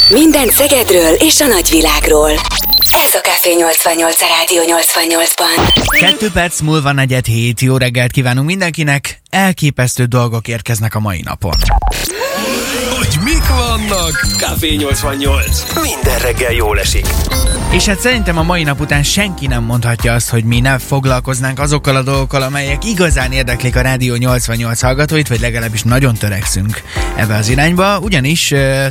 Minden Szegedről és a nagyvilágról. Ez a Café 88 a Rádió 88-ban. 2 perc múlva 6:45. Jó reggelt kívánunk mindenkinek. Elképesztő dolgok érkeznek a mai napon. Hogy mik vannak? Café 88. Minden reggel jól esik. És hát szerintem a mai nap után senki nem mondhatja azt, hogy mi ne foglalkoznánk azokkal a dolgokkal, amelyek igazán érdeklik a Rádió 88 hallgatóit, vagy legalábbis nagyon törekszünk ebbe az irányba. Ugyanis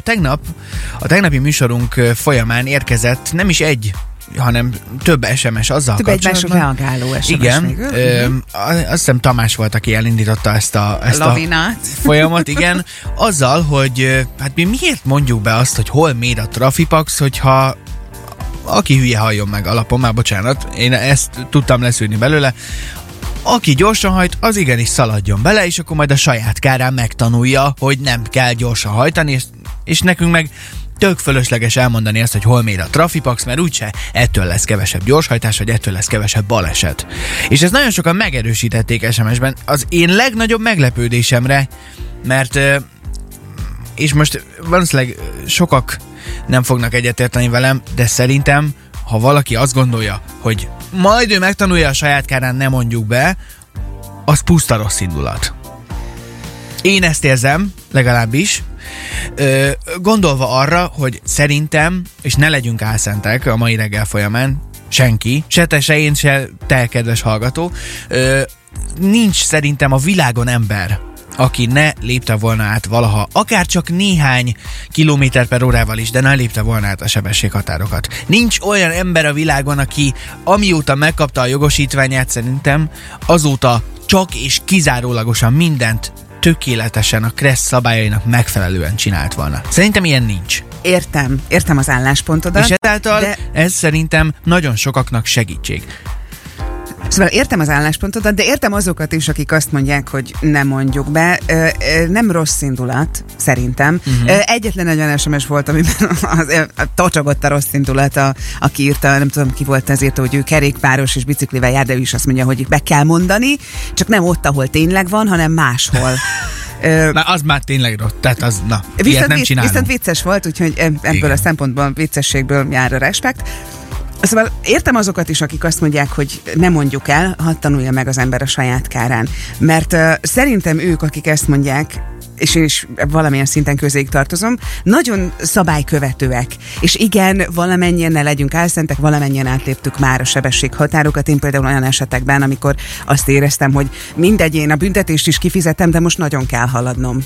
a tegnapi műsorunk folyamán érkezett nem is egy, hanem több SMS azzal több kapcsolatban. Több egymásra reagáló SMS. Igen, azt hiszem Tamás volt, aki elindította ezt a folyamat, igen, azzal, hogy hát mi miért mondjuk be azt, hogy hol mér a Trafipax, hogyha aki hülye halljon meg alapon, már bocsánat, én ezt tudtam leszűrni belőle, aki gyorsan hajt, az igenis szaladjon bele, és akkor majd a saját kárán megtanulja, hogy nem kell gyorsan hajtani, és nekünk meg tök fölösleges elmondani ezt, hogy hol mér a Trafipax, mert úgyse ettől lesz kevesebb gyorshajtás, vagy ettől lesz kevesebb baleset. És ezt nagyon sokan megerősítették SMS-ben, az én legnagyobb meglepődésemre, mert és most valószínűleg sokak nem fognak egyetérteni velem, de szerintem, ha valaki azt gondolja, hogy majd ő megtanulja a saját kárán, ne mondjuk be, az puszta rossz indulat. Én ezt érzem, legalábbis, gondolva arra, hogy szerintem, és ne legyünk álszentek a mai reggel folyamán, senki, se te, se én, se te, kedves hallgató, nincs szerintem a világon ember, aki ne lépte volna át valaha, akár csak néhány kilométer per órával is, de ne lépte volna át a sebességhatárokat. Nincs olyan ember a világon, aki amióta megkapta a jogosítványát, szerintem azóta csak és kizárólagosan mindent tökéletesen a KRESZ szabályainak megfelelően csinált volna. Szerintem ilyen nincs. Értem az álláspontodat. És ezáltal ez szerintem nagyon sokaknak segítség. Szóval értem az álláspontodat, de értem azokat is, akik azt mondják, hogy nem mondjuk be. Nem rossz indulat, szerintem. Egyetlen egy olyan SMS volt, amiben tocsogott a rossz indulat, aki írta, nem tudom ki volt, ez írta, hogy ő kerékpáros és biciklivel jár, de ő is azt mondja, hogy be kell mondani, csak nem ott, ahol tényleg van, hanem máshol. Na, az már tényleg rossz, tehát az, ilyet nem csinálunk. Viszont vicces volt, úgyhogy ebből a szempontból, viccességből jár a respekt. Szóval értem azokat is, akik azt mondják, hogy ne mondjuk el, hadd tanulja meg az ember a saját kárán. Mert szerintem ők, akik ezt mondják, és én is valamilyen szinten közéig tartozom, nagyon szabálykövetőek. És igen, valamennyien, ne legyünk álszentek, valamennyien átléptük már a sebességhatárokat. Én például olyan esetekben, amikor azt éreztem, hogy mindegy, én a büntetést is kifizettem, de most nagyon kell haladnom.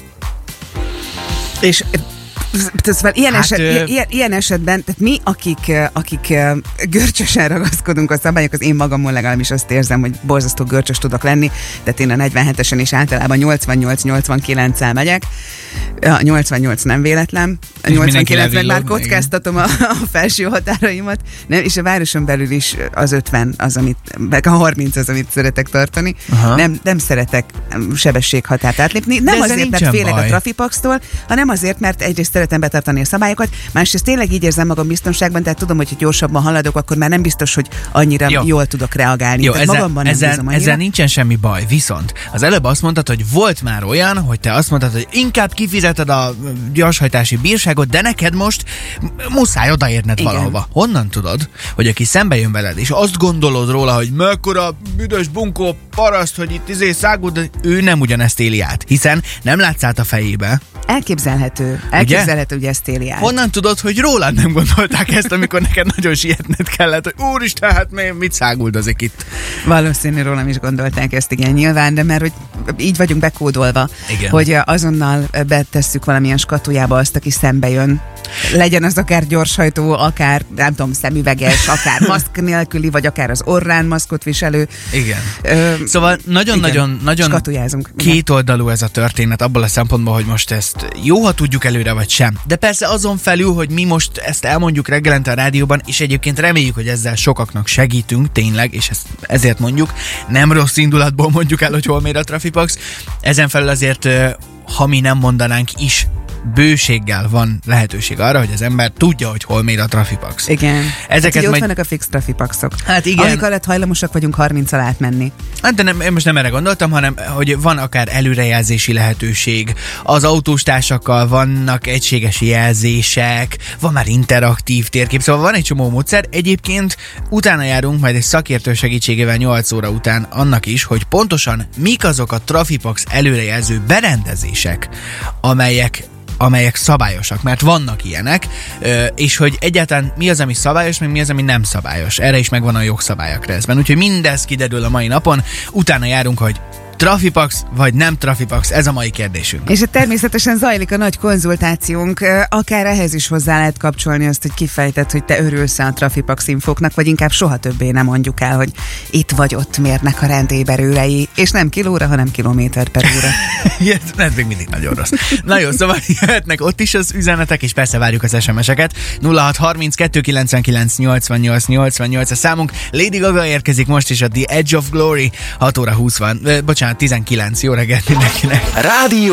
És szóval ilyen esetben, tehát mi, akik görcsösen ragaszkodunk a szabályokhoz, én magamon legalábbis azt érzem, hogy borzasztó görcsös tudok lenni, tehát én a 47-esen is általában 88-89-el megyek. A 88 nem véletlen, a 89 meg már kockáztatom a felső határaimat, nem, és a városon belül is az 50 az, meg a 30 az, amit szeretek tartani. Nem szeretek sebességhatárt átlépni. Nem azért, mert félek a Trafipaxtól, hanem azért, mert egyrészt szeretem betartani a szabályokat, másrészt tényleg így érzem magam biztonságban, tehát tudom, hogy ha gyorsabban haladok, akkor már nem biztos, hogy annyira jól tudok reagálni. Jó, ezzel nincsen semmi baj, viszont az előbb azt mondtad, hogy volt már olyan, hogy te azt mondtad, hogy inkább kifizeted a gyorshajtási bírságot, de neked most muszáj odaérned valahova. Honnan tudod, hogy aki szembe jön veled, és azt gondolod róla, hogy mekkora büdös bunkó paraszt, hogy itt száguld, ő nem ugyanezt éli át, hiszen nem látsz át a fejébe. Elképzelhető, hogy ezt éli át. Honnan tudod, hogy rólad nem gondolták ezt, amikor neked nagyon sietned kellett, hogy úristen, hát mit száguldozik itt? Valószínű rólam is gondolták ezt, igen, nyilván, de mert hogy így vagyunk bekódolva, hogy azonnal betesszük valamilyen skatujába azt, aki szembe jön. Legyen az akár gyorshajtó, akár, nem tudom, szemüveges, akár maszk nélküli, vagy akár az orrán maszkot viselő. Igen. Szóval nagyon kétoldalú ez a történet abból a szempontból, hogy most ezt jó, ha tudjuk előre, vagy sem. De persze azon felül, hogy mi most ezt elmondjuk reggelente a rádióban, és egyébként reméljük, hogy ezzel sokaknak segítünk, tényleg, és ezért mondjuk, nem rossz indulatból mondjuk el, hogy hol mér a Trafipax. Ezen felül azért, ha mi nem mondanánk is, bőséggel van lehetőség arra, hogy az ember tudja, hogy hol mér a Trafipax. Igen. Ezeket ott vannak a fix Trafipaxok. Hát igen. Amik alatt hajlamosak vagyunk 30-al átmenni. Hát de én most nem erre gondoltam, hanem hogy van akár előrejelzési lehetőség. Az autóstársakkal vannak egységes jelzések, van már interaktív térkép, szóval van egy csomó módszer. Egyébként utána járunk majd egy szakértő segítségével 8 óra után annak is, hogy pontosan mik azok a Trafipax előrejelző berendezések, amelyek szabályosak, mert vannak ilyenek, és hogy egyáltalán mi az, ami szabályos, meg mi az, ami nem szabályos. Erre is megvan a jogszabályok részben. Úgyhogy mindez kiderül a mai napon, utána járunk, hogy Trafipax vagy nem Trafipax, ez a mai kérdésünk. És természetesen zajlik a nagy konzultációnk, akár ehhez is hozzá lehet kapcsolni azt, hogy kifejtett, hogy te örülsz a Trafipax infóknak, vagy inkább soha többé nem mondjuk el, hogy itt vagy ott mérnek a rendéberőrei, és nem kilóra, hanem kilométer per óra. Ez még mindig nagyon rossz. Na jó, szóval jöhetnek ott is az üzenetek, és persze várjuk az SMS-eket. 0630 299 88 88 a számunk. Lady Gaga érkezik most is a The Edge of Glory, 6 óra 20 van. Bocsánat, 19. Jó reggelt mindenkinek. Rádió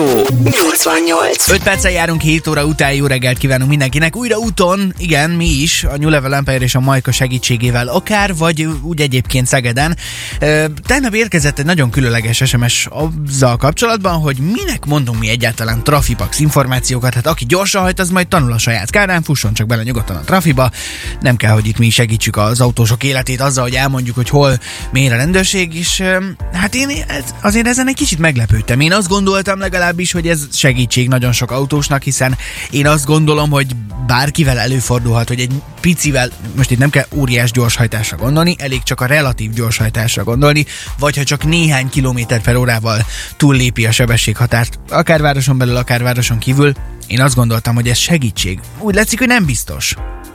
88. 5 perccel járunk 7 óra után, jó reggelt kívánunk mindenkinek. Újra úton, igen, mi is, a New Level Empire és a Majka segítségével akár, vagy úgy egyébként Szegeden. Tegnap érkezett egy nagyon különleges SMS azzal kapcsolatban, hogy minek mondunk mi egyáltalán Trafipax információkat. Hát aki gyorsan hajt, az majd tanul a saját kárán, fusson csak bele nyugodtan a trafiba. Nem kell, hogy itt mi segítsük az autósok életét azzal, hogy elmondjuk, hogy hol mér a rendőrség, és hát én azért ezen egy kicsit meglepődtem. Én azt gondoltam legalábbis, hogy ez segítség nagyon sok autósnak, hiszen én azt gondolom, hogy bárkivel előfordulhat, hogy egy picivel, most itt nem kell óriás gyorshajtásra gondolni, elég csak a relatív gyorshajtásra gondolni, vagy ha csak néhány kilométer per órával túllépi a sebességhatárt, akár városon belül, akár városon kívül, én azt gondoltam, hogy ez segítség. Úgy látszik, hogy nem biztos.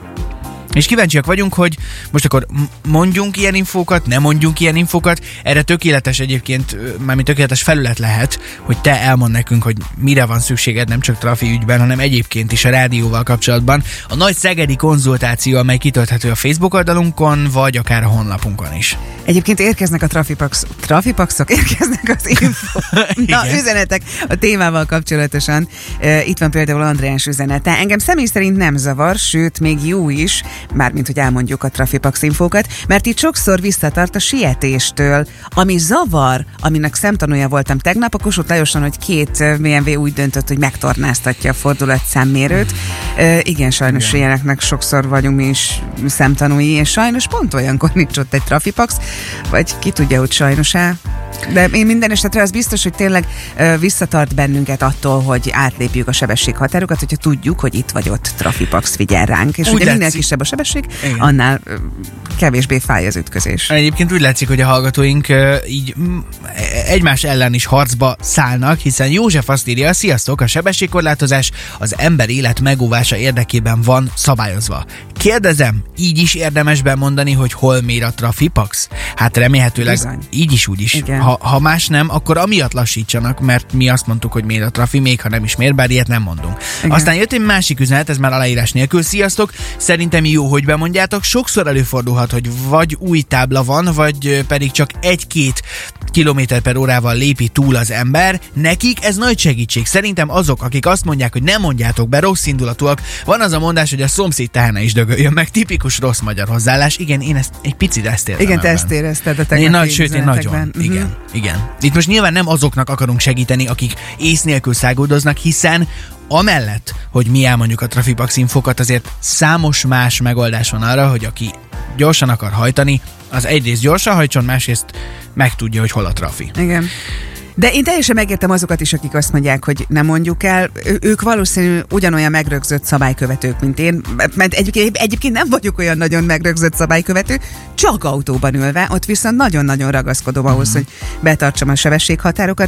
És kíváncsiak vagyunk, hogy most akkor mondjunk ilyen infókat, nem mondjunk ilyen infókat. Erre tökéletes egyébként, mármint tökéletes felület lehet, hogy te elmond nekünk, hogy mire van szükséged, nem csak trafi ügyben, hanem egyébként is a rádióval kapcsolatban. A nagy szegedi konzultáció, amely kitölthető a Facebook oldalunkon, vagy akár a honlapunkon is. Egyébként érkeznek a Trafipaxok, érkeznek az info. Na, üzenetek a témával kapcsolatosan. Itt van például András üzenete. Engem személy szerint nem zavar, sőt, még jó is, mármint, hogy elmondjuk a Trafipax infókat, mert itt sokszor visszatart a sietéstől. Ami zavar, aminek szemtanúja voltam tegnap, a Kossuth Lajoson, hogy 2 BMW úgy döntött, hogy megtornáztatja a fordulatszámmérőt. Igen, sajnos ilyeneknek sokszor vagyunk mi is szemtanúi, és sajnos pont olyankor nincs ott egy Trafipax, vagy ki tudja, hogy sajnos-e. De én minden esetre az biztos, hogy tényleg visszatart bennünket attól, hogy átlépjük a sebességhatárokat, hogyha tudjuk, hogy itt vagy ott Trafipax figyel ránk. És ugye minél kisebb a sebesség, igen, annál kevésbé fáj az ütközés. Egyébként úgy látszik, hogy a hallgatóink így egymás ellen is harcba szállnak, hiszen József azt írja, sziasztok, a sebességkorlátozás az ember élet megóvása érdekében van szabályozva. Kérdezem, így is érdemes bemondani, hogy hol mér a Trafipax? Hát remélhetőleg bizony. Így is, úgy is. Ha más nem, akkor amiatt lassítsanak, mert mi azt mondtuk, hogy mér a trafi, még ha nem is mér, bár ilyet nem mondunk. Igen. Aztán jött egy másik üzenet, ez már aláírás nélkül. Sziasztok, szerintem jó, hogy bemondjátok. Sokszor előfordulhat, hogy vagy új tábla van, vagy pedig csak 1-2 kilométer per órával lépi túl az ember. Nekik ez nagy segítség. Szerintem azok, akik azt mondják, hogy nem mondjátok be, rossz indulatúak, van az a mondás, hogy a szomszéd tehene is dögöljön meg. Tipikus rossz magyar hozzáállás. Igen, én egy picit ezt érzem. Igen, te ezt érezted a tegnapi nagyon. Igen. Itt most nyilván nem azoknak akarunk segíteni, akik ész nélkül száguldoznak, hiszen amellett, hogy mi elmondjuk a Trafipax infókat, azért számos más megoldás van arra, hogy aki gyorsan akar hajtani, az egyrészt gyorsan hajtson, másrészt megtudja, hogy hol a trafi. Igen. De én teljesen megértem azokat is, akik azt mondják, hogy nem mondjuk el. Ők valószínűleg ugyanolyan megrögzött szabálykövetők, mint én. Mert egyébként nem vagyok olyan nagyon megrögzött szabálykövető, csak autóban ülve, ott viszont nagyon-nagyon ragaszkodom ahhoz, hogy betartsam a sebességhatárokat.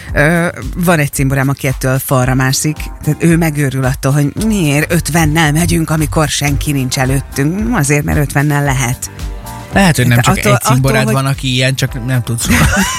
Van egy cimborám, aki ettől falra mászik, tehát ő megőrül attól, hogy miért 50-nel megyünk, amikor senki nincs előttünk. Azért, mert 50-nel lehet. Lehet, hogy nem csak egy cimborád van, aki ilyen, csak nem tudsz.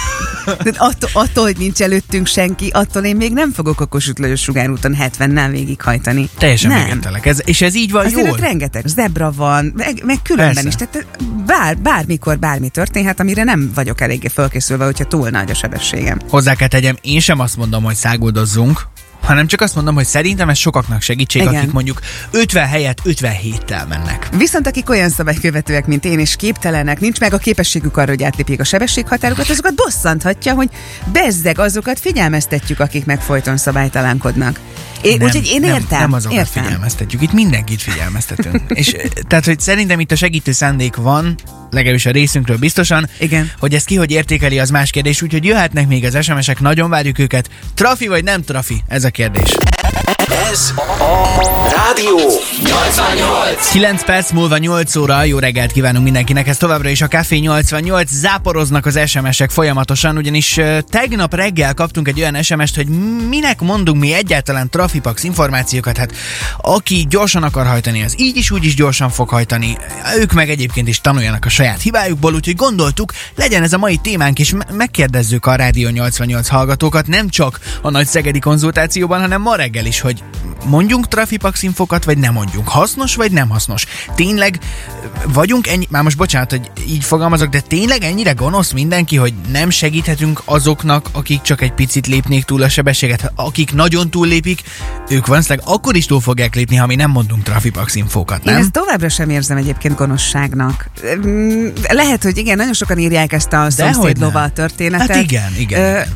Attól, hogy nincs előttünk senki, attól én még nem fogok a Kossuth Lajos sugárúton 70-nel végighajtani. Teljesen megértelek. És ez így van azért jól? Azért rengeteg zebra van, meg különben persze is. Tehát bármikor bármi történhet, amire nem vagyok eléggé fölkészülve, hogyha túl nagy a sebességem. Hozzá kell tegyem, én sem azt mondom, hogy száguldozzunk, hanem csak azt mondom, hogy szerintem ez sokaknak segítség, igen, akik mondjuk 50 helyett 57-tel mennek. Viszont akik olyan szabálykövetőek, mint én, és képtelenek, nincs meg a képességük arra, hogy átlépjék a sebességhatárokat, azokat bosszanthatja, hogy bezzeg, azokat figyelmeztetjük, akik meg folyton szabálytalankodnak. Úgyhogy én értem. Nem azokat figyelmeztetjük, itt mindenkit figyelmeztetünk. És tehát, hogy szerintem itt a segítő szándék van, legalábbis a részünkről biztosan, igen, hogy ezt ki hogy értékeli, az más kérdés, úgyhogy jöhetnek még az SMS-ek, nagyon várjuk őket. Trafi vagy nem trafi? Ez a kérdés. Ez a Rádió 88. 9 perc múlva 8 óra, jó reggelt kívánunk mindenkinek, ez továbbra is a Café 88, záporoznak az SMS-ek folyamatosan, ugyanis tegnap reggel kaptunk egy olyan SMS-t, hogy minek mondunk mi egyáltalán Trafipax információkat, hát aki gyorsan akar hajtani, az így is úgy is gyorsan fog hajtani, ők meg egyébként is tanuljanak a saját hibájukból, úgyhogy gondoltuk, legyen ez a mai témánk, és megkérdezzük a Rádió 88 hallgatókat, nem csak a nagy szegedi konzultációban, hanem ma reggel is, hogy mondjunk Trafipax infokat, vagy nem mondjunk? Hasznos, vagy nem hasznos? Tényleg vagyunk ennyi... Már most bocsánat, hogy így fogalmazok, de tényleg ennyire gonosz mindenki, hogy nem segíthetünk azoknak, akik csak egy picit lépnék túl a sebességet, akik nagyon túllépik, ők valószínűleg akkor is túl fogják lépni, ha mi nem mondunk Trafipax infókat, nem? Én ezt továbbra sem érzem egyébként gonoszságnak. Lehet, hogy igen, nagyon sokan írják ezt a szomszédlova történetet. Hát igen.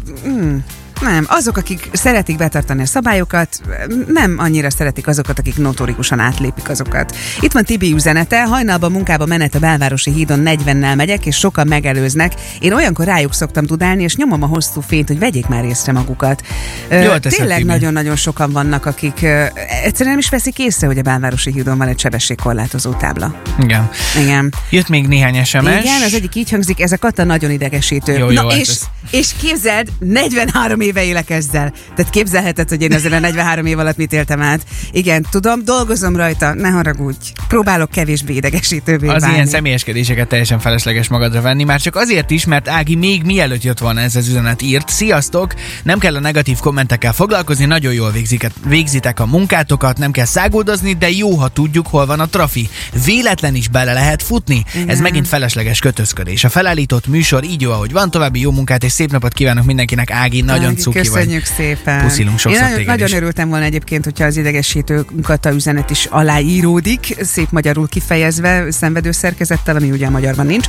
Nem, azok, akik szeretik betartani a szabályokat, nem annyira szeretik azokat, akik notorikusan átlépik azokat. Itt van Tibi üzenete, hajnalban munkába menet a Belvárosi hídon 40-nel megyek, és sokan megelőznek. Én olyankor rájuk szoktam dudálni, és nyomom a hosszú fényt, hogy vegyék már észre magukat. Tényleg nagyon-nagyon sokan vannak, akik egyszerűen nem is veszik észre, hogy a Belvárosi hídon van egy sebességkorlátozó tábla. Igen. Jött még néhány SMS. Igen, az egyik így hangzik, ez a Kata nagyon idegesítő. Jó, és képzeld, 43 éve élek ezzel. Tehát képzelheted, hogy én ezzel a 43 év alatt mit éltem át. Igen, tudom, dolgozom rajta, ne haragudj. Próbálok kevésbé idegesítővé válni. Az ilyen személyeskedéseket teljesen felesleges magadra venni, már csak azért is, mert Ági még mielőtt jött volna ez az üzenet írt. Sziasztok! Nem kell a negatív kommentekkel foglalkozni, nagyon jól végzitek a munkátokat, nem kell száguldozni, de jó, ha tudjuk, hol van a trafi. Véletlen is bele lehet futni. Igen. Ez megint felesleges kötözködés. A felállított műsor így jó, ahogy van, további jó munkát és szép napot kívánok mindenkinek. Ági, nagyon cuki vagy. Köszönjük szépen. Puszilunk sokszor téged nagyon is. örültem volna egyébként, hogyha az idegesítő Kata üzenet is aláíródik, szép magyarul kifejezve, szenvedő szerkezettel, ami ugye a magyarban nincs,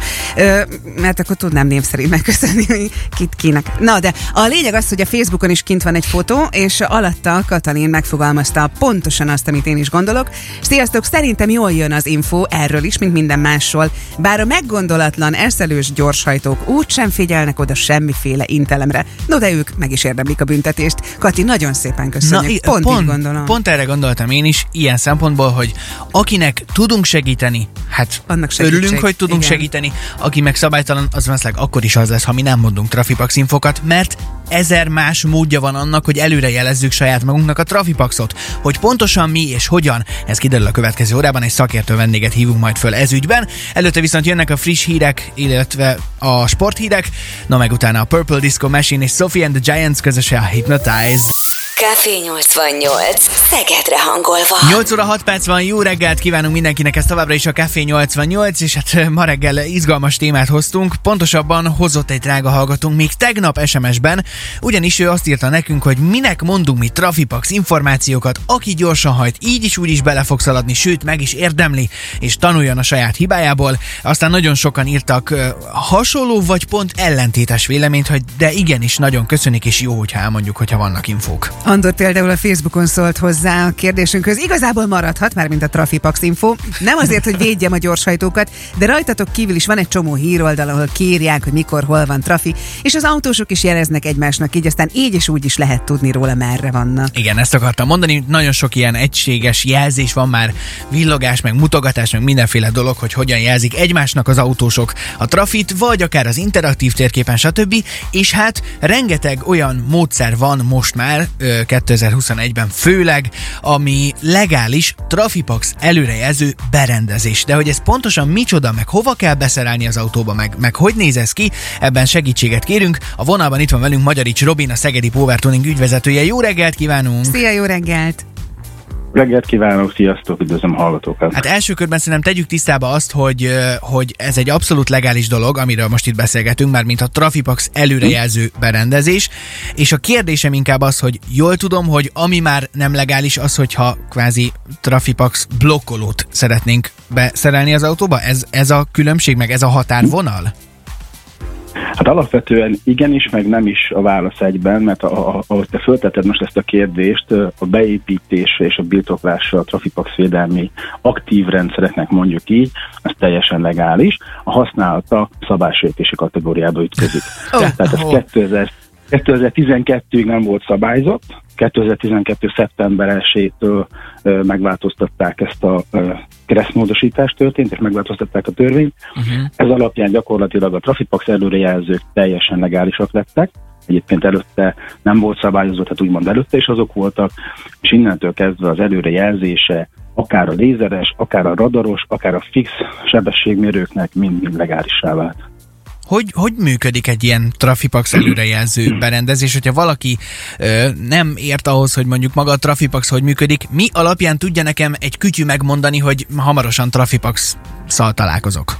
mert akkor tudnám név szerint megköszönni, hogy kit kinek. Na, de a lényeg az, hogy a Facebookon is kint van egy fotó, és alatta Katalin megfogalmazta pontosan azt, amit én is gondolok. Sziasztok, szerintem jól jön az info erről is, mint minden másról, bár a meggondolatlan, eszelős gyorshajtók úgy sem figyelnek oda semmiféle intelemre. No, de ők meg is érdemlik a büntetést. Kati, nagyon szépen köszönjük. Pont így gondolom. Pont erre gondoltam én is, ilyen szempontból, hogy akinek tudunk segíteni, hát örülünk, hogy tudunk segíteni, aki meg szabálytalan, az valószínűleg akkor is az lesz, ha mi nem mondunk Trafipax infokat, mert 1000 más módja van annak, hogy előre jelezzük saját magunknak a Trafipaxot. Hogy pontosan mi és hogyan, ez kiderül a következő órában, egy szakértő vendéget hívunk majd föl ez ügyben. Előtte viszont jönnek a friss hírek, illetve a sporthírek, no meg utána a Purple Disco Machine és Sophie and the Giants közösen a Hypnotize. Café 88. Szegedre hangolva. 8 óra 6 perc van, jó reggelt kívánunk mindenkinek, ez továbbra is a Café 88, és hát ma reggel izgalmas témát hoztunk, pontosabban hozott egy drága hallgatónk még tegnap SMS-ben, ugyanis ő azt írta nekünk, hogy minek mondunk mi Trafipax információkat, aki gyorsan hajt, így is úgy is bele fog szaladni, sőt meg is érdemli, és tanuljon a saját hibájából. Aztán nagyon sokan írtak hasonló vagy pont ellentétes véleményt, hogy de igenis nagyon köszönik, és jó, hogyha elmondjuk, hogyha vannak infók. Andor például a Facebookon szólt hozzá a kérdésünkhöz. Igazából maradhat, már mint a Trafipax info. Nem azért, hogy védjem a gyorshajtókat, de rajtatok kívül is van egy csomó híroldal, ahol kiírják, hogy mikor, hol van trafi, és az autósok is jeleznek egymásnak, így aztán így és úgy is lehet tudni róla, merre vannak. Igen, ezt akartam mondani, nagyon sok ilyen egységes jelzés van már, villogás, meg mutogatás, meg mindenféle dolog, hogy hogyan jelzik egymásnak az autósok a trafit, vagy akár az interaktív térképen, stb. És hát rengeteg olyan módszer van most már, 2021-ben főleg, ami legális Trafipax előrejelző berendezés. De hogy ez pontosan micsoda, meg hova kell beszerelni az autóba, meg hogy néz ez ki, ebben segítséget kérünk. A vonalban itt van velünk Magyarics Robin, a Szegedi Power Tuning ügyvezetője. Jó reggelt kívánunk! Szia, jó reggelt! Reggelt kívánok, sziasztok, üdvözlöm a hallgatókat. Hát első körben szerintem tegyük tisztába azt, hogy ez egy abszolút legális dolog, amiről most itt beszélgetünk, már mint a Trafipax előrejelző berendezés, és a kérdésem inkább az, hogy jól tudom, hogy ami már nem legális az, hogyha kvázi Trafipax blokkolót szeretnénk beszerelni az autóba? Ez a különbség, meg ez a határvonal? Hát alapvetően igenis, meg nem is a válasz egyben, mert ahogy te föltetted most ezt a kérdést, a beépítése és a birtoklása a Trafipax védelmi aktív rendszereknek mondjuk így, az teljesen legális. A használata szabálysértési kategóriába ütközik. Tehát ez 2012-ig nem volt szabályzott, 2012. szeptember 1-től megváltoztatták ezt a keresztmódosítás történt, és megváltoztatták a törvényt. Ez alapján gyakorlatilag a Trafipax előrejelzők teljesen legálisak lettek. Egyébként előtte nem volt szabályozott, hát úgymond előtte is azok voltak, és innentől kezdve az előrejelzése akár a lézeres, akár a radaros, akár a fix sebességmérőknek mind legálissá vált. Hogy működik egy ilyen Trafipax előrejelző berendezés, hogyha valaki nem ért ahhoz, hogy mondjuk maga a Trafipax hogy működik, mi alapján tudja nekem egy kütyű megmondani, hogy hamarosan Trafipax-szal találkozok?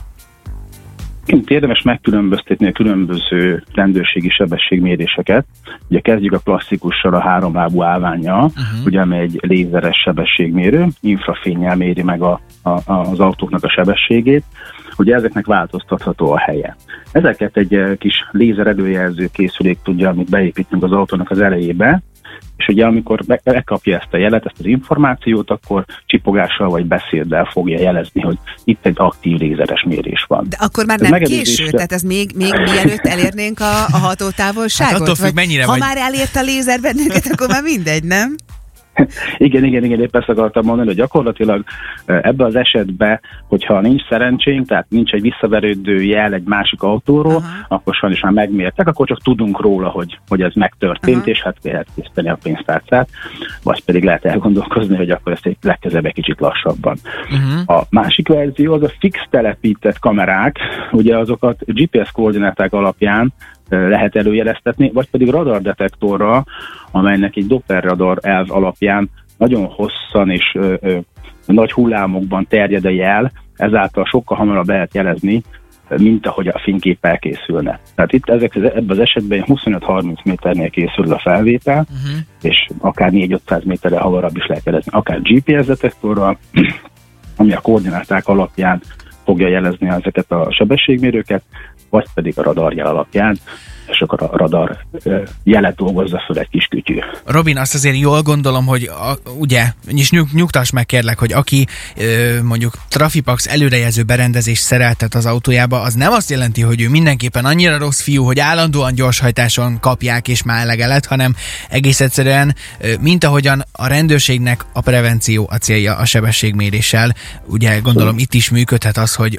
Érdemes megkülönböztetni a különböző rendőrségi sebességméréseket. Ugye kezdjük a klasszikussal, a háromlábú állvánnyal, ugye, amely egy lézeres sebességmérő, infrafénnyel méri meg az autóknak a sebességét. Ugye ezeknek változtatható a helye. Ezeket egy kis lézer előjelző készülék tudja, amit beépítünk az autónak az elejébe, és ugye amikor megkapja ezt a jelet, ezt az információt, akkor csipogással vagy beszéddel fogja jelezni, hogy itt egy aktív lézeres mérés van. De akkor már nem késő? Tehát ez még mielőtt elérnénk a hatótávolságot? Hát attól függ, mennyire ha már elért a lézer bennünket, akkor már mindegy, nem? Igen, épp ezt akartam mondani, hogy gyakorlatilag ebben az esetben, hogyha nincs szerencsénk, tehát nincs egy visszaverődő jel egy másik autóról, akkor sajnos már megmértek, akkor csak tudunk róla, hogy ez megtörtént, és hát lehet készíteni a pénztárcát, vagy pedig lehet elgondolkozni, hogy akkor ezt egy legközelebb egy kicsit lassabban. A másik verzió az a fix telepített kamerák, ugye azokat GPS koordináták alapján lehet előjeleztetni, vagy pedig radardetektorra, amelynek egy Doppler radar elv alapján nagyon hosszan és nagy hullámokban terjed a jel, ezáltal sokkal hamarabb lehet jelezni, mint ahogy a fénykép elkészülne. Tehát itt ebben az esetben 25-30 méternél készül a felvétel, és akár 4-500 méterre hamarabb is lehet jelezni, akár GPS detektorral, ami a koordináták alapján fogja jelezni ezeket a sebességmérőket, vagy pedig a radarjel alapján, és akkor a radar jelet dolgozza föl egy kis kütyű. Robin, azt azért jól gondolom, hogy ugye, és nyugtass meg kérlek, hogy aki mondjuk Trafipax előrejelző berendezést szereltet az autójába, az nem azt jelenti, hogy ő mindenképpen annyira rossz fiú, hogy állandóan gyorshajtáson kapják és már elege lett, hanem egész egyszerűen, mint ahogyan a rendőrségnek a prevenció a célja a sebességméréssel, ugye gondolom itt is működhet az, hogy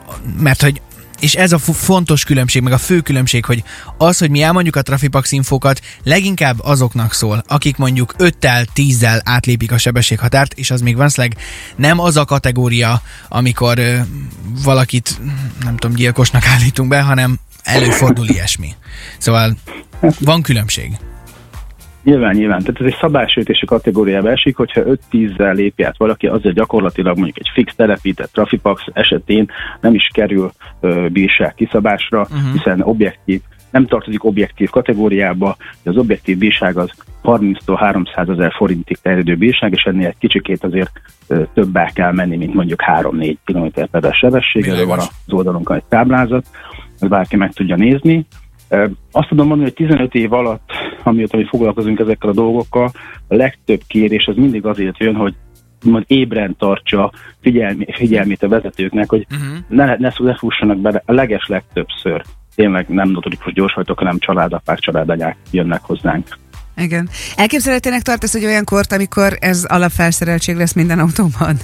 és ez a fontos különbség, meg a fő különbség, hogy az, hogy mi elmondjuk a Trafipax infókat, leginkább azoknak szól, akik mondjuk 5-tel, 10-zel átlépik a sebességhatárt, és az még valószínűleg nem az a kategória, amikor valakit, nem tudom, gyilkosnak állítunk be, hanem előfordul ilyesmi. Szóval van különbség. Nyilván. Tehát ez egy szabálysértési kategóriába esik, hogyha 5-10-zel lépj át valaki, azért gyakorlatilag mondjuk egy fix telepített Trafipax esetén nem is kerül bírság kiszabásra, hiszen nem tartozik objektív kategóriába, de az objektív bírság az 30-tól 300 000 forintig terjedő bírság, és ennél egy kicsikét azért többá kell menni, mint mondjuk 3-4 km/h sebességre. Van az oldalunkon egy táblázat, ezt bárki meg tudja nézni. Azt tudom mondani, hogy 15 év alatt, amióta mi foglalkozunk ezekkel a dolgokkal, a legtöbb kérés az mindig azért jön, hogy ébren tartsa figyelmét a vezetőknek, hogy ne fussanak bele a legtöbbször. Tényleg nem notorikus gyorshajtók, hanem családapák, családanyák jönnek hozzánk. Igen. Elképzelhetőnek tartasz, hogy olyan kort, amikor ez alapfelszereltség lesz minden autóban?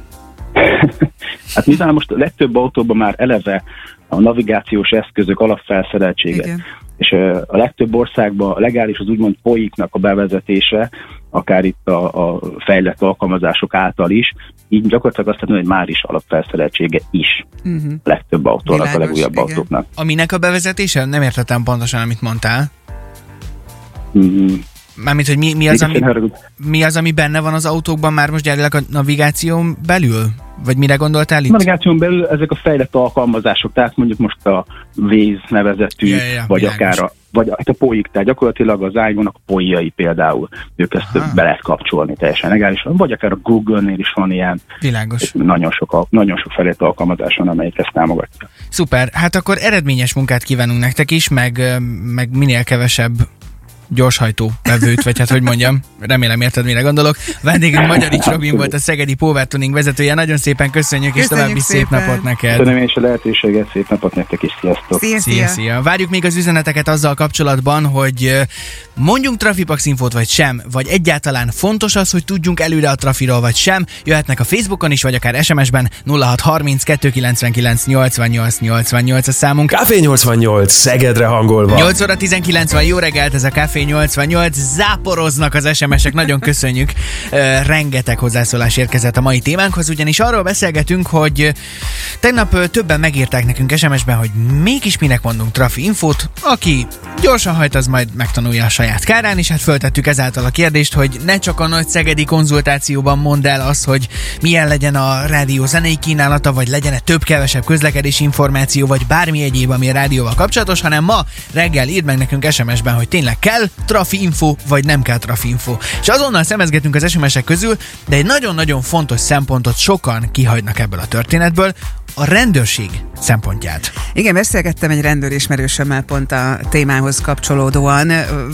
Hát mivel most a legtöbb autóban már eleve a navigációs eszközök alapfelszereltsége. Igen. És a legtöbb országban legális az úgymond POIK-nak a bevezetése, akár itt a fejlett alkalmazások által is, így gyakorlatilag azt mondom, hogy már is alapfelszereltsége is a legtöbb autónak, a legújabb autóknak. Aminek a bevezetése? Nem értettem pontosan, amit mondtál. Mármint, hogy mi az, ami benne van az autókban már most gyárilag a navigáción belül? Vagy mire gondoltál itt? A navigáción belül ezek a fejlett alkalmazások, tehát mondjuk most a Waze nevezetű, vagy akár a POI-k, tehát gyakorlatilag az iPhone-nak a POI-jai például, ők ezt be lehet kapcsolni teljesen legálisan, vagy akár a Google-nél is van ilyen. Világos. Nagyon sok fejlett alkalmazás van, amelyik ezt támogatja. Szuper, hát akkor eredményes munkát kívánunk nektek is, meg minél kevesebb gyorshajtó vevőt, vagy hát hogy mondjam, remélem érted, mire gondolok. Vendégünk Magyarics Robin volt, a Szegedi Power Tuning vezetője. Nagyon szépen köszönjük, és további szép napot neked. Köszönöm és a lehetőséget, szép napot nektek is, sziasztok! Szia. Várjuk még az üzeneteket azzal kapcsolatban, hogy mondjunk Trafipax infót, vagy sem, vagy egyáltalán fontos az, hogy tudjunk előre a trafiról, vagy sem. Jöhetnek a Facebookon is, vagy akár SMS-ben 0630 299 88 88 a számunk. Café 88, Szegedre hangolva. 8 óra 19 van, jó reggelt, ez a Café 88, záporoznak az SMS-ek, nagyon köszönjük. Rengeteg hozzászólás érkezett a mai témánkhoz, ugyanis arról beszélgetünk, hogy tegnap többen megírták nekünk SMS-ben, hogy mégis minek mondunk trafi infót, aki gyorsan hajt, az majd megtanulja a saját kárán, és hát föltettük ezáltal a kérdést, hogy ne csak a nagy szegedi konzultációban mondd el azt, hogy milyen legyen a rádió zenei kínálata, vagy legyen-e több-kevesebb közlekedési információ, vagy bármi egyéb, ami a rádióval kapcsolatos, hanem ma reggel írd meg nekünk SMS-ben, hogy tényleg kell trafi info, vagy nem kell trafi info. És azonnal szemezgetünk az SMS-ek közül, de egy nagyon-nagyon fontos szempontot sokan kihagynak ebből a történetből, a rendőrség szempontját. Igen, beszélgettem egy rendőrismerősömmel pont a témához kapcsolódóan.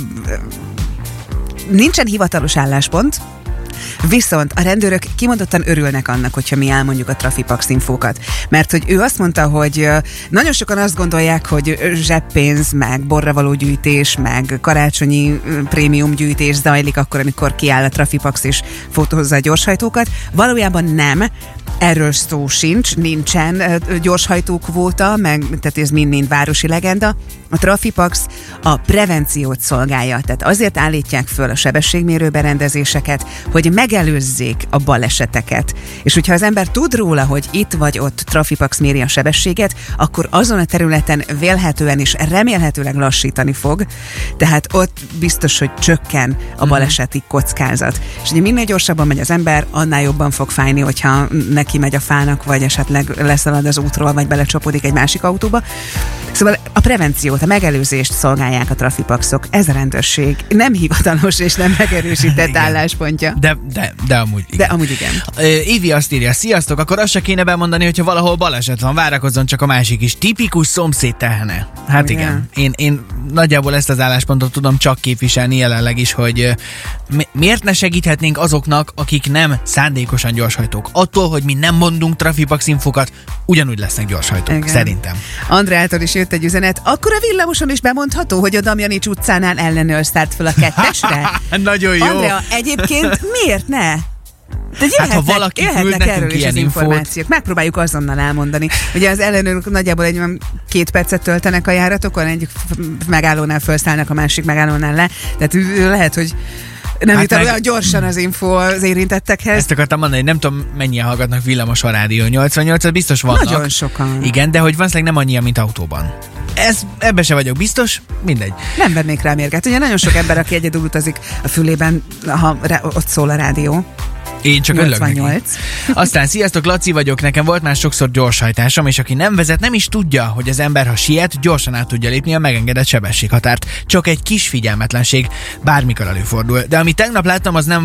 Nincsen hivatalos álláspont, viszont a rendőrök kimondottan örülnek annak, hogyha mi elmondjuk a Trafipax infókat. Mert hogy ő azt mondta, hogy nagyon sokan azt gondolják, hogy zseppénz, meg borra való gyűjtés, meg karácsonyi prémium gyűjtés zajlik akkor, amikor kiáll a Trafipax és fotózza a gyorshajtókat. Valójában nem. Erről szó sincs, nincsen gyorshajtókvóta, tehát ez mind-mind városi legenda. A Trafipax a prevenciót szolgálja, tehát azért állítják föl a sebességmérő berendezéseket, hogy megelőzzék a baleseteket. És hogyha az ember tud róla, hogy itt vagy ott Trafipax méri a sebességet, akkor azon a területen vélhetően és remélhetőleg lassítani fog, tehát ott biztos, hogy csökken a baleseti kockázat. És ugye minél gyorsabban megy az ember, annál jobban fog fájni, hogyha neki megy a fának, vagy esetleg leszalad az útról, vagy belecsapodik egy másik autóba. Szóval a prevenciót, a megelőzést szolgálják a Trafipaxok. Ez a rendőrség nem hivatalos és nem megerősített álláspontja. De amúgy igen. De amúgy igen. Évi azt írja, sziasztok, akkor azt se kéne bemondani, hogyha valahol baleset van, várakozzon csak a másik is. Tipikus szomszéd tehene. Hát igen. Én nagyjából ezt az álláspontot tudom csak képviselni jelenleg is, hogy miért ne segíthetnénk azoknak, akik nem szándékosan gyorshajtók. Attól, hogy mi nem mondunk Trafipax infokat, ugyanúgy lesznek gyorshajtók, igen. Szerintem. Andrától is jött egy üzenet, akkor a villamoson is bemondható, hogy a Damjanics utcánál ellenőr szállt fel a 2-esre? Nagyon jó. Andrea, egyébként miért ne? De hát ha valaki küld nekünk ilyen információk. Megpróbáljuk azonnal elmondani. Ugye az ellenőrök nagyjából 2 percet töltenek a járatokon, egyik megállónál felszállnak, a másik megállónál le. Tehát lehet, hogy nem jut olyan gyorsan az info az érintettekhez. Ezt akartam mondani, hogy nem tudom, mennyien hallgatnak villamos a rádió 88, biztos vannak. Nagyon sokan. Igen, de hogy valószínűleg nem annyian, mint autóban. Ebbe se vagyok biztos, mindegy. Nem vennék rá mérget. Ugye nagyon sok ember, aki egyedül utazik a fülében, ha ott szól a rádió. Én csak örülök neki. Aztán sziasztok, Laci vagyok, nekem volt már sokszor gyorshajtásom, és aki nem vezet, nem is tudja, hogy az ember, ha siet, gyorsan át tudja lépni a megengedett sebességhatárt. Csak egy kis figyelmetlenség bármikor előfordul. De amit tegnap láttam, az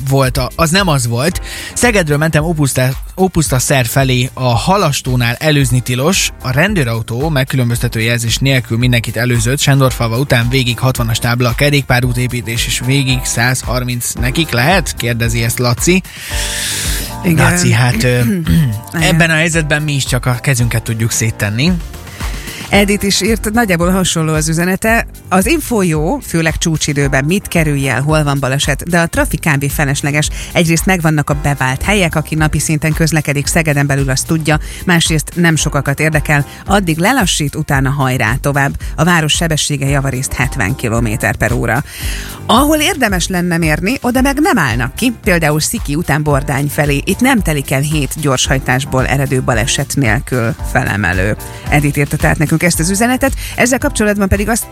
nem az volt. Szegedről mentem Opusztaszer felé, a Halastónál előzni tilos, a rendőrautó megkülönböztető jelzés nélkül mindenkit előzött, Sándorfalva után végig 60-as tábla, a kerékpárútépítés, és végig 130 nekik lehet? Kérdezi ezt Laci. Igen. Laci, hát ebben a helyzetben mi is csak a kezünket tudjuk széttenni. Edith is írt, nagyjából hasonló az üzenete. Az info jó, főleg csúcsidőben, mit kerülj el, hol van baleset, de a trafik kb. Felesleges. Egyrészt megvannak a bevált helyek, aki napi szinten közlekedik Szegeden belül, azt tudja, másrészt nem sokakat érdekel, addig lelassít, utána hajrá tovább. A város sebessége javarészt 70 km/h. Ahol érdemes lenne mérni, oda meg nem állnak ki, például Sziki után Bordány felé. Itt nem telik el 7 gyorshajtásból eredő baleset nélkül felemelő. Edith írta tehát nekünk ezt az üzenetet. Ezzel kapcsolatban pedig azt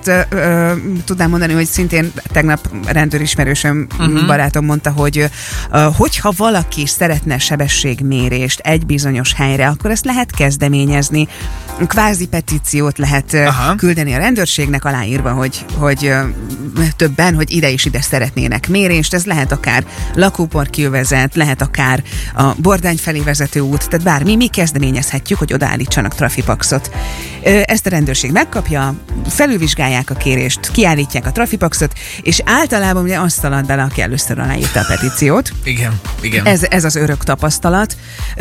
tudnám mondani, hogy szintén tegnap rendőrismerősöm barátom mondta, hogy hogyha valaki szeretne sebességmérést egy bizonyos helyre, akkor ezt lehet kezdeményezni. Kvázi petíciót lehet küldeni a rendőrségnek aláírva, hogy többen, hogy ide és ide szeretnének mérést. Ez lehet akár lakóparkjövezet, lehet akár a Bordány felé vezető út, tehát bármi, mi kezdeményezhetjük, hogy odaállítsanak trafipaxot. Ezt a rendőrség megkapja, felülvizsgálják a kérést, kiállítják a trafipaxot, és általában ugye azt talad bele, aki először aláírta a petíciót. Igen. Ez az örök tapasztalat.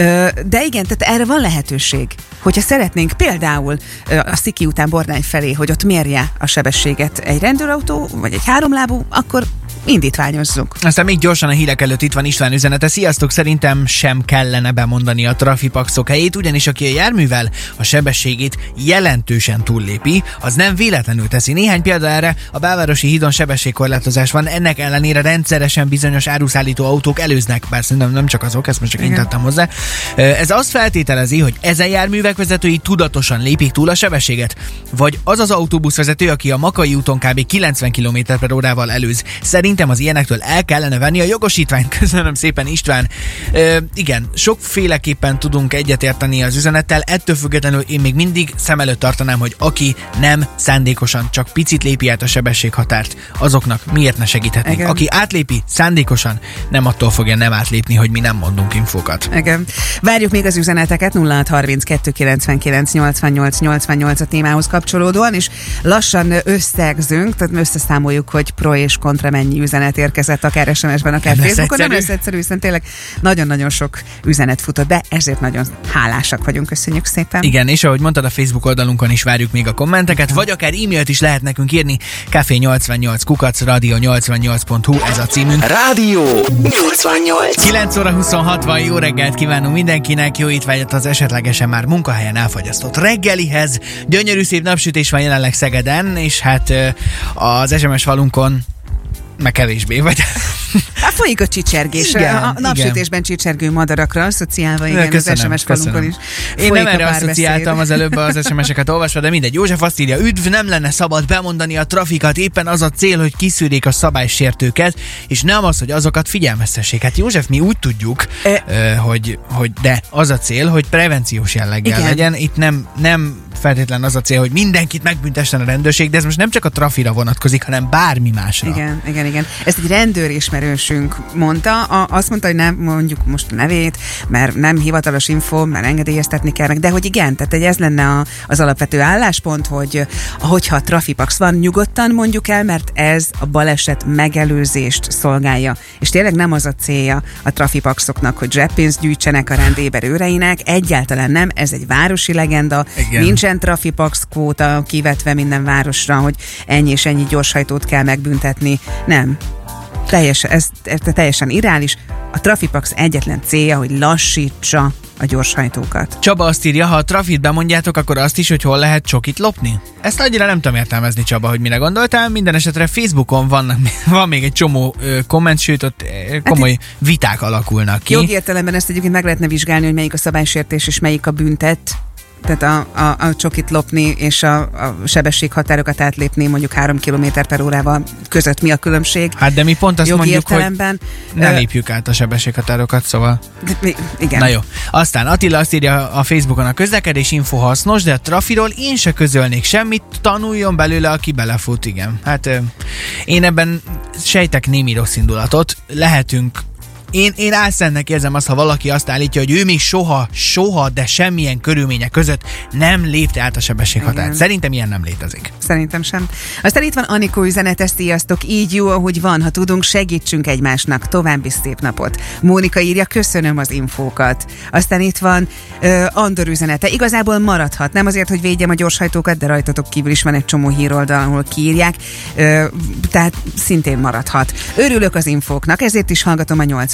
De igen, tehát erre van lehetőség. Hogyha szeretnénk például a Sziki után Bordány felé, hogy ott mérje a sebességet egy rendőrautó, vagy egy háromlábú, akkor indítványozzuk. Aztán még gyorsan a hírek előtt itt van István üzenete. Sziasztok, szerintem sem kellene bemondani a trafipaxok helyét, ugyanis aki a járművel a sebességét jelentősen túllépi, az nem véletlenül teszi. Néhány példa erre: a Belvárosi hídon sebességkorlátozás van, ennek ellenére rendszeresen bizonyos áruszállító autók előznek, bár szerintem nem csak azok, ezt most csak én tettem hozzá. Ez azt feltételezi, hogy ezen járművek vezetői tudatosan lépik túl a sebességet. Vagy az az autóbuszvezető, aki a Makai úton kb. 90 km/h előz. Szerintem az ilyenektől el kellene venni a jogosítványt. Köszönöm szépen, István. Igen, sokféleképpen tudunk egyetérteni az üzenettel, ettől függetlenül én még mindig szem előtt tartanám, hogy aki nem szándékosan csak picit lépi át a sebességhatárt, azoknak miért ne segíthetnénk? Igen. Aki átlépi szándékosan, nem attól fogja nem átlépni, hogy mi nem mondunk infókat. Igen. Várjuk még az üzeneteket 0632 99 88 88 a témához kapcsolódóan, és lassan összegzünk, tehát összeszámoljuk, hogy pro és kontra mennyi üzenet érkezett, akár SMS-ben, akár Facebookon. Nem lesz egyszerű, hiszen tényleg nagyon-nagyon sok üzenet futott be, ezért nagyon hálásak vagyunk, köszönjük szépen. Igen, és ahogy mondtad, a Facebook oldalunkon is várjuk még a kommenteket, vagy akár e-mailt is lehet nekünk írni, café88@radio88.hu, ez a címünk. Rádió 88. 9 óra 26 van, jó reggelt kívánunk mindenkinek, jó étvágyat az esetlegesen már munkahelyen elfagyasztott reggelihez. Gyönyörű szép napsütés van jelenleg Szegeden, és hát az SMS falunkon meg kevésbé vagy. Hát folyik a csicsergés. Igen, a napsütésben csicsergő madarakra asszociálva, igen, köszönöm, az SMS falunkon is. Én nem erre asszociáltam az előbb az SMS-eket olvasva, de mindegy. József azt írja: üdv, nem lenne szabad bemondani a trafikat, éppen az a cél, hogy kiszűrjék a szabálysértőket, és nem az, hogy azokat figyelmeztessék. Hát József, mi úgy tudjuk, hogy de az a cél, hogy prevenciós jelleggel legyen. Itt nem feltétlen az a cél, hogy mindenkit megbüntessen a rendőrség, de ez most nem csak a trafira vonatkozik, hanem bármi másra. Igen. Ezt egy rendőr ismerősünk mondta, azt mondta, hogy nem mondjuk most a nevét, mert nem hivatalos info, mert engedélyeztetni kell meg, de hogy igen, tehát ez lenne az alapvető álláspont, hogy hogyha trafipax van, nyugodtan mondjuk el, mert ez a baleset megelőzést szolgálja. És tényleg nem az a célja a trafipaxoknak, hogy zseppénzt gyűjtsenek a rendéber őreinek, egyáltalán nem, ez egy városi legenda, igen. Nincsen trafipax kvóta kivetve minden városra, hogy ennyi és ennyi gyorshajtót kell megbüntetni. Nem. Teljesen irreális. A trafipax egyetlen célja, hogy lassítsa a gyorshajtókat. Csaba azt írja, ha a trafit bemondjátok, akkor azt is, hogy hol lehet csokit lopni? Ezt annyira nem tudom értelmezni, Csaba, hogy mire gondoltál. Minden esetre Facebookon van még egy csomó komment, sőt ott komoly viták alakulnak ki. Jogi értelemben ezt egyébként meg lehetne vizsgálni, hogy melyik a szabálysértés és melyik a büntet. Tehát a csokit lopni és a sebességhatárokat átlépni mondjuk 3 km/h között mi a különbség? Hát de mi pont azt mondjuk, hogy ne lépjük át a sebességhatárokat, szóval... Igen. Na jó. Aztán Attila azt írja a Facebookon: a közlekedés info hasznos, de a trafiról én se közölnék semmit, tanuljon belőle, aki belefut, igen. Hát én ebben sejtek némi rossz indulatot, lehetünk. Én álszennek érzem azt, ha valaki azt állítja, hogy ő még soha, de semmilyen körülmények között nem lépte át a sebességhatárt. Szerintem ilyen nem létezik. Szerintem sem. Aztán itt van Anikó üzenete: sziasztok, így jó, ahogy van, ha tudunk, segítsünk egymásnak. További szép napot. Mónika írja: köszönöm az infókat. Aztán itt van Andor üzenete: igazából maradhat. Nem azért, hogy védjem a gyorshajtókat, de rajtatok kívül is van egy csomó híroldal, ahol kiírják. Tehát szintén maradhat. Örülök az infóknak, ezért is hallgatom a 88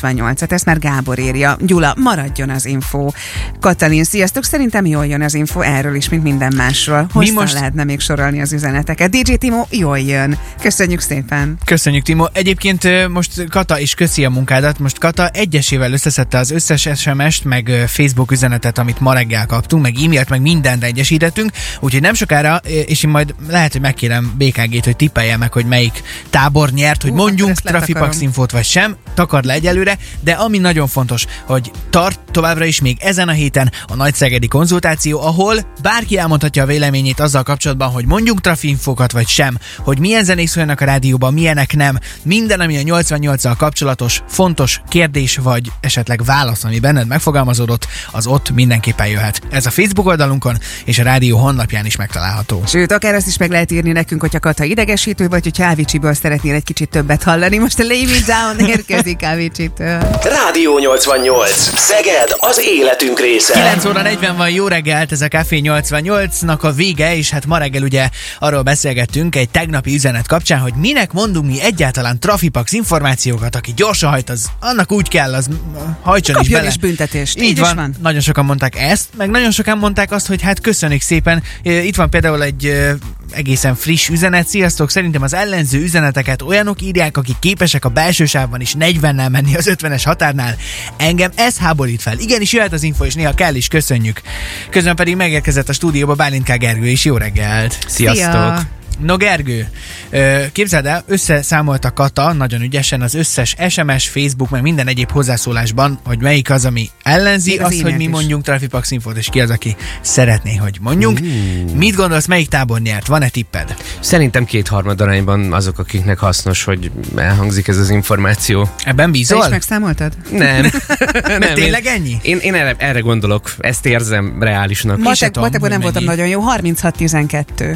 88-at, ezt már Gábor írja. Gyula, maradjon az info. Katalin, sziasztok, szerintem jól jön az info erről is, mint minden másról. Hosszan most lehetne még sorolni az üzeneteket. DJ Timo, jól jön. Köszönjük szépen. Köszönjük, Timo. Egyébként most Kata is köszi a munkádat. Most Kata egyesével összeszedte az összes SMS-t, meg Facebook üzenetet, amit ma reggel kaptunk, meg e-mailt, meg mindent egyesítettünk. Úgyhogy nem sokára, és én majd lehet, hogy megkérem BKG-t, hogy tippelje meg, hogy melyik tábor nyert, hogy mondjunk Trafipax infót vagy sem. Takard le egyelőre, de ami nagyon fontos, hogy tart továbbra is még ezen a héten a nagyszegedi konzultáció, ahol bárki elmondhatja a véleményét azzal kapcsolatban, hogy mondjunk trafinfókat vagy sem, hogy milyen zenék szóljanak a rádióban, milyenek nem. Minden, ami a 88-al kapcsolatos, fontos kérdés vagy esetleg válasz, ami benned megfogalmazódott, az ott mindenképpen jöhet. Ez a Facebook oldalunkon és a rádió honlapján is megtalálható. Sőt, akár azt is meg lehet írni nekünk, hogyha Kata idegesítő, vagy hogyha Aviciiből szeretnél egy kicsit többet hallani. Most a Lay Me Down érkezik Avicitől. Rádió 88. Szeged, az életünk része. 9 óra 40 van, jó reggelt, ez a Café 88-nak a vége, és hát ma reggel ugye arról beszélgettünk egy tegnapi üzenet kapcsán, hogy minek mondunk mi egyáltalán Trafipax információkat, aki gyorsan hajt, az annak úgy kell, az hajtson is bele. Kapjon is büntetést. Így van. Nagyon sokan mondták ezt, meg nagyon sokan mondták azt, hogy hát köszönjük szépen. Itt van például egy egészen friss üzenet. Sziasztok, szerintem az ellenző üzeneteket olyanok írják, akik képesek a belső sávban is 40-nel menni az 50-es határnál. Engem ez háborít fel. Igenis jöhet az info, és néha kell is, köszönjük. Közben pedig megérkezett a stúdióba Bálint K. Gergő is. Jó reggelt! Sziasztok! Szia. No Gergő, képzeld el, összeszámolta Kata nagyon ügyesen az összes SMS, Facebook, meg minden egyéb hozzászólásban, hogy melyik az, ami ellenzi azt, hogy mi mondjunk Trafipax infót, és ki az, aki szeretné, hogy mondjunk. Mit gondolsz, melyik tábor nyert? Van-e tipped? Szerintem 2/3 arányban azok, akiknek hasznos, hogy elhangzik ez az információ. Ebben bízol? Te is megszámoltad? Nem. Nem. Tényleg ennyi? Én erre gondolok, ezt érzem reálisnak. Matekban nem voltam nagyon jó, 36-12.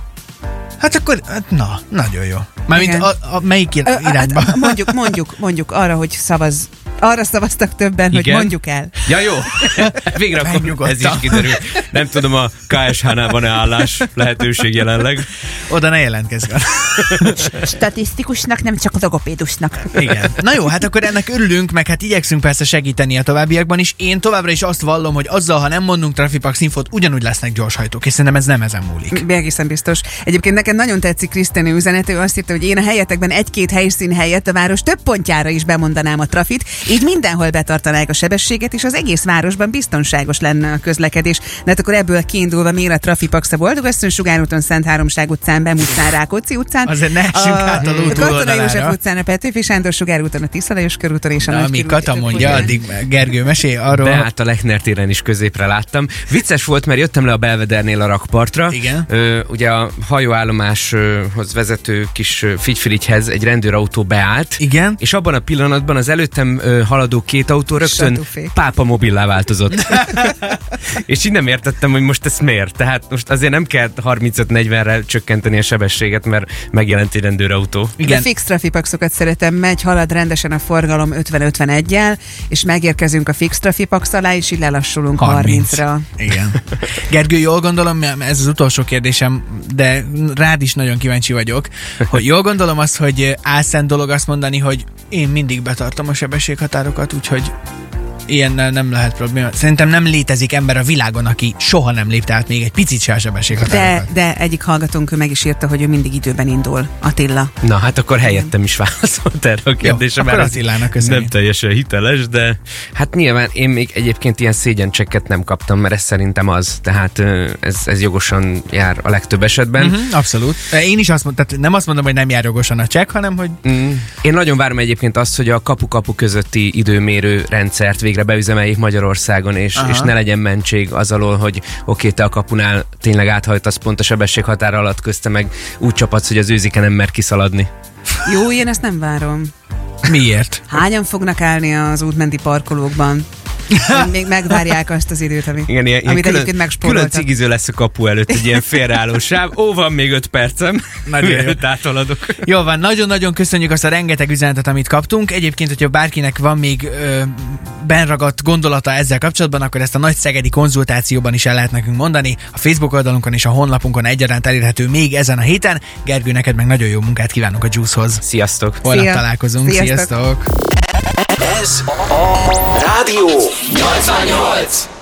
Hát akkor, na, nagyon jó. Mármint melyik irányba? Mondjuk arra, hogy arra szavaztak többen, igen? Hogy mondjuk el. Ja, jó. Végre akkor ez is kiderül. Nem tudom, a KSH-nál van-e állás lehetőség jelenleg. Oda ne jelentkezz. Statisztikusnak, nem csak logopédusnak. Igen. Na jó, hát akkor ennek örülünk, meg hát igyekszünk persze segíteni a továbbiakban is. Én továbbra is azt vallom, hogy azzal, ha nem mondunk Trafipax infót, ugyanúgy lesznek gyorshajtók, és szerintem ez nem ezen múlik. Egészen biztos. Egyébként nekem nagyon tetszik Kriszteni üzenet, ő azt írta, hogy én a helyetekben egy-két helyszín helyett a város több pontjára is bemondanám a trafit, így mindenhol betartanák a sebességet, és az egész városban biztonságos lenne a közlekedés. De hát akkor ebből kiindulva miért a Trafipax a Boldog-Eszön Sugárúton, Szent Háromság utcán, Bem utcán, Rákóczi utcán. Azért ne essünk át a ló Katona József utcán, a Petőfi Sándor Sugárúton, a Tisza Lajos körúton és a Nagy Nagy Kata mondja, addig Gergő mesél arról. Beállt a Lechner téren is középre láttam. Vicces volt, mert jöttem le a Belvedernél a rakpartra. Igen. Ugye a hajóállomáshoz vezető kis Figyfirigyhez egy rendőrautó beállt. Igen. És abban a pillanatban az előttem haladó két autó rögtön pápa mobillá változott. És így nem értettem, hogy most ezt miért. Tehát most azért nem kell 35-40-re csökkenteni a sebességet, mert megjelent egy rendőrautó. Igen. A fix Trafipaxokat szeretem, halad rendesen a forgalom 50-51-jel, és megérkezünk a fix Trafipax alá, és így lelassulunk 30-ra. Igen. Gergő, jól gondolom, ez az utolsó kérdésem, de rád is nagyon kíváncsi vagyok, hogy jól gondolom azt, hogy álszent dolog azt mondani, hogy én mindig betartom a sebességhatárokat, úgyhogy ilyennel nem lehet probléma. Szerintem nem létezik ember a világon, aki soha nem lépte át még egy picit se a sebességhatárokat. De egyik hallgatónk ő meg is írta, hogy ő mindig időben indul. Attila. Na, hát akkor helyettem is válaszolt erre a kérdésre. Jó, akkor Attilának köszönjük. Nem teljesen hiteles, de hát nyilván én még egyébként ilyen szégyencsekket nem kaptam, mert ez szerintem az. Tehát ez jogosan jár a legtöbb esetben. Abszolút. Én is azt mondom, tehát nem azt mondom, hogy nem jár jogosan a csekk, hanem hogy... Én nagyon várom egyébként azt, hogy a kapu-kapu közötti időmérő rendszert végre beüzemeljék Magyarországon, és ne legyen mentség az alól, hogy oké, te a kapunál tényleg áthajtasz pont a sebességhatára alatt, közte meg úgy csapatsz, hogy az őzike nem mer kiszaladni. Jó, én ezt nem várom. Miért? Hányan fognak állni az útmenti parkolókban? Még megvárják azt az időt, amit egyébként megspóroltak. Külön cigiző lesz a kapu előtt, egy ilyen félreálló sáv. Van még 5 percem, mielőtt áthaladok. Jó van, nagyon-nagyon köszönjük azt a rengeteg üzenetet, amit kaptunk. Egyébként, hogyha bárkinek van még benragadt gondolata ezzel kapcsolatban, akkor ezt a nagy szegedi konzultációban is el lehet nekünk mondani. A Facebook oldalunkon és a honlapunkon egyaránt elérhető még ezen a héten. Gergő, neked meg nagyon jó munkát kívánunk a Juice-hoz. Sziasztok! Holnap találkozunk. Sziasztok! Ez a Rádió 88.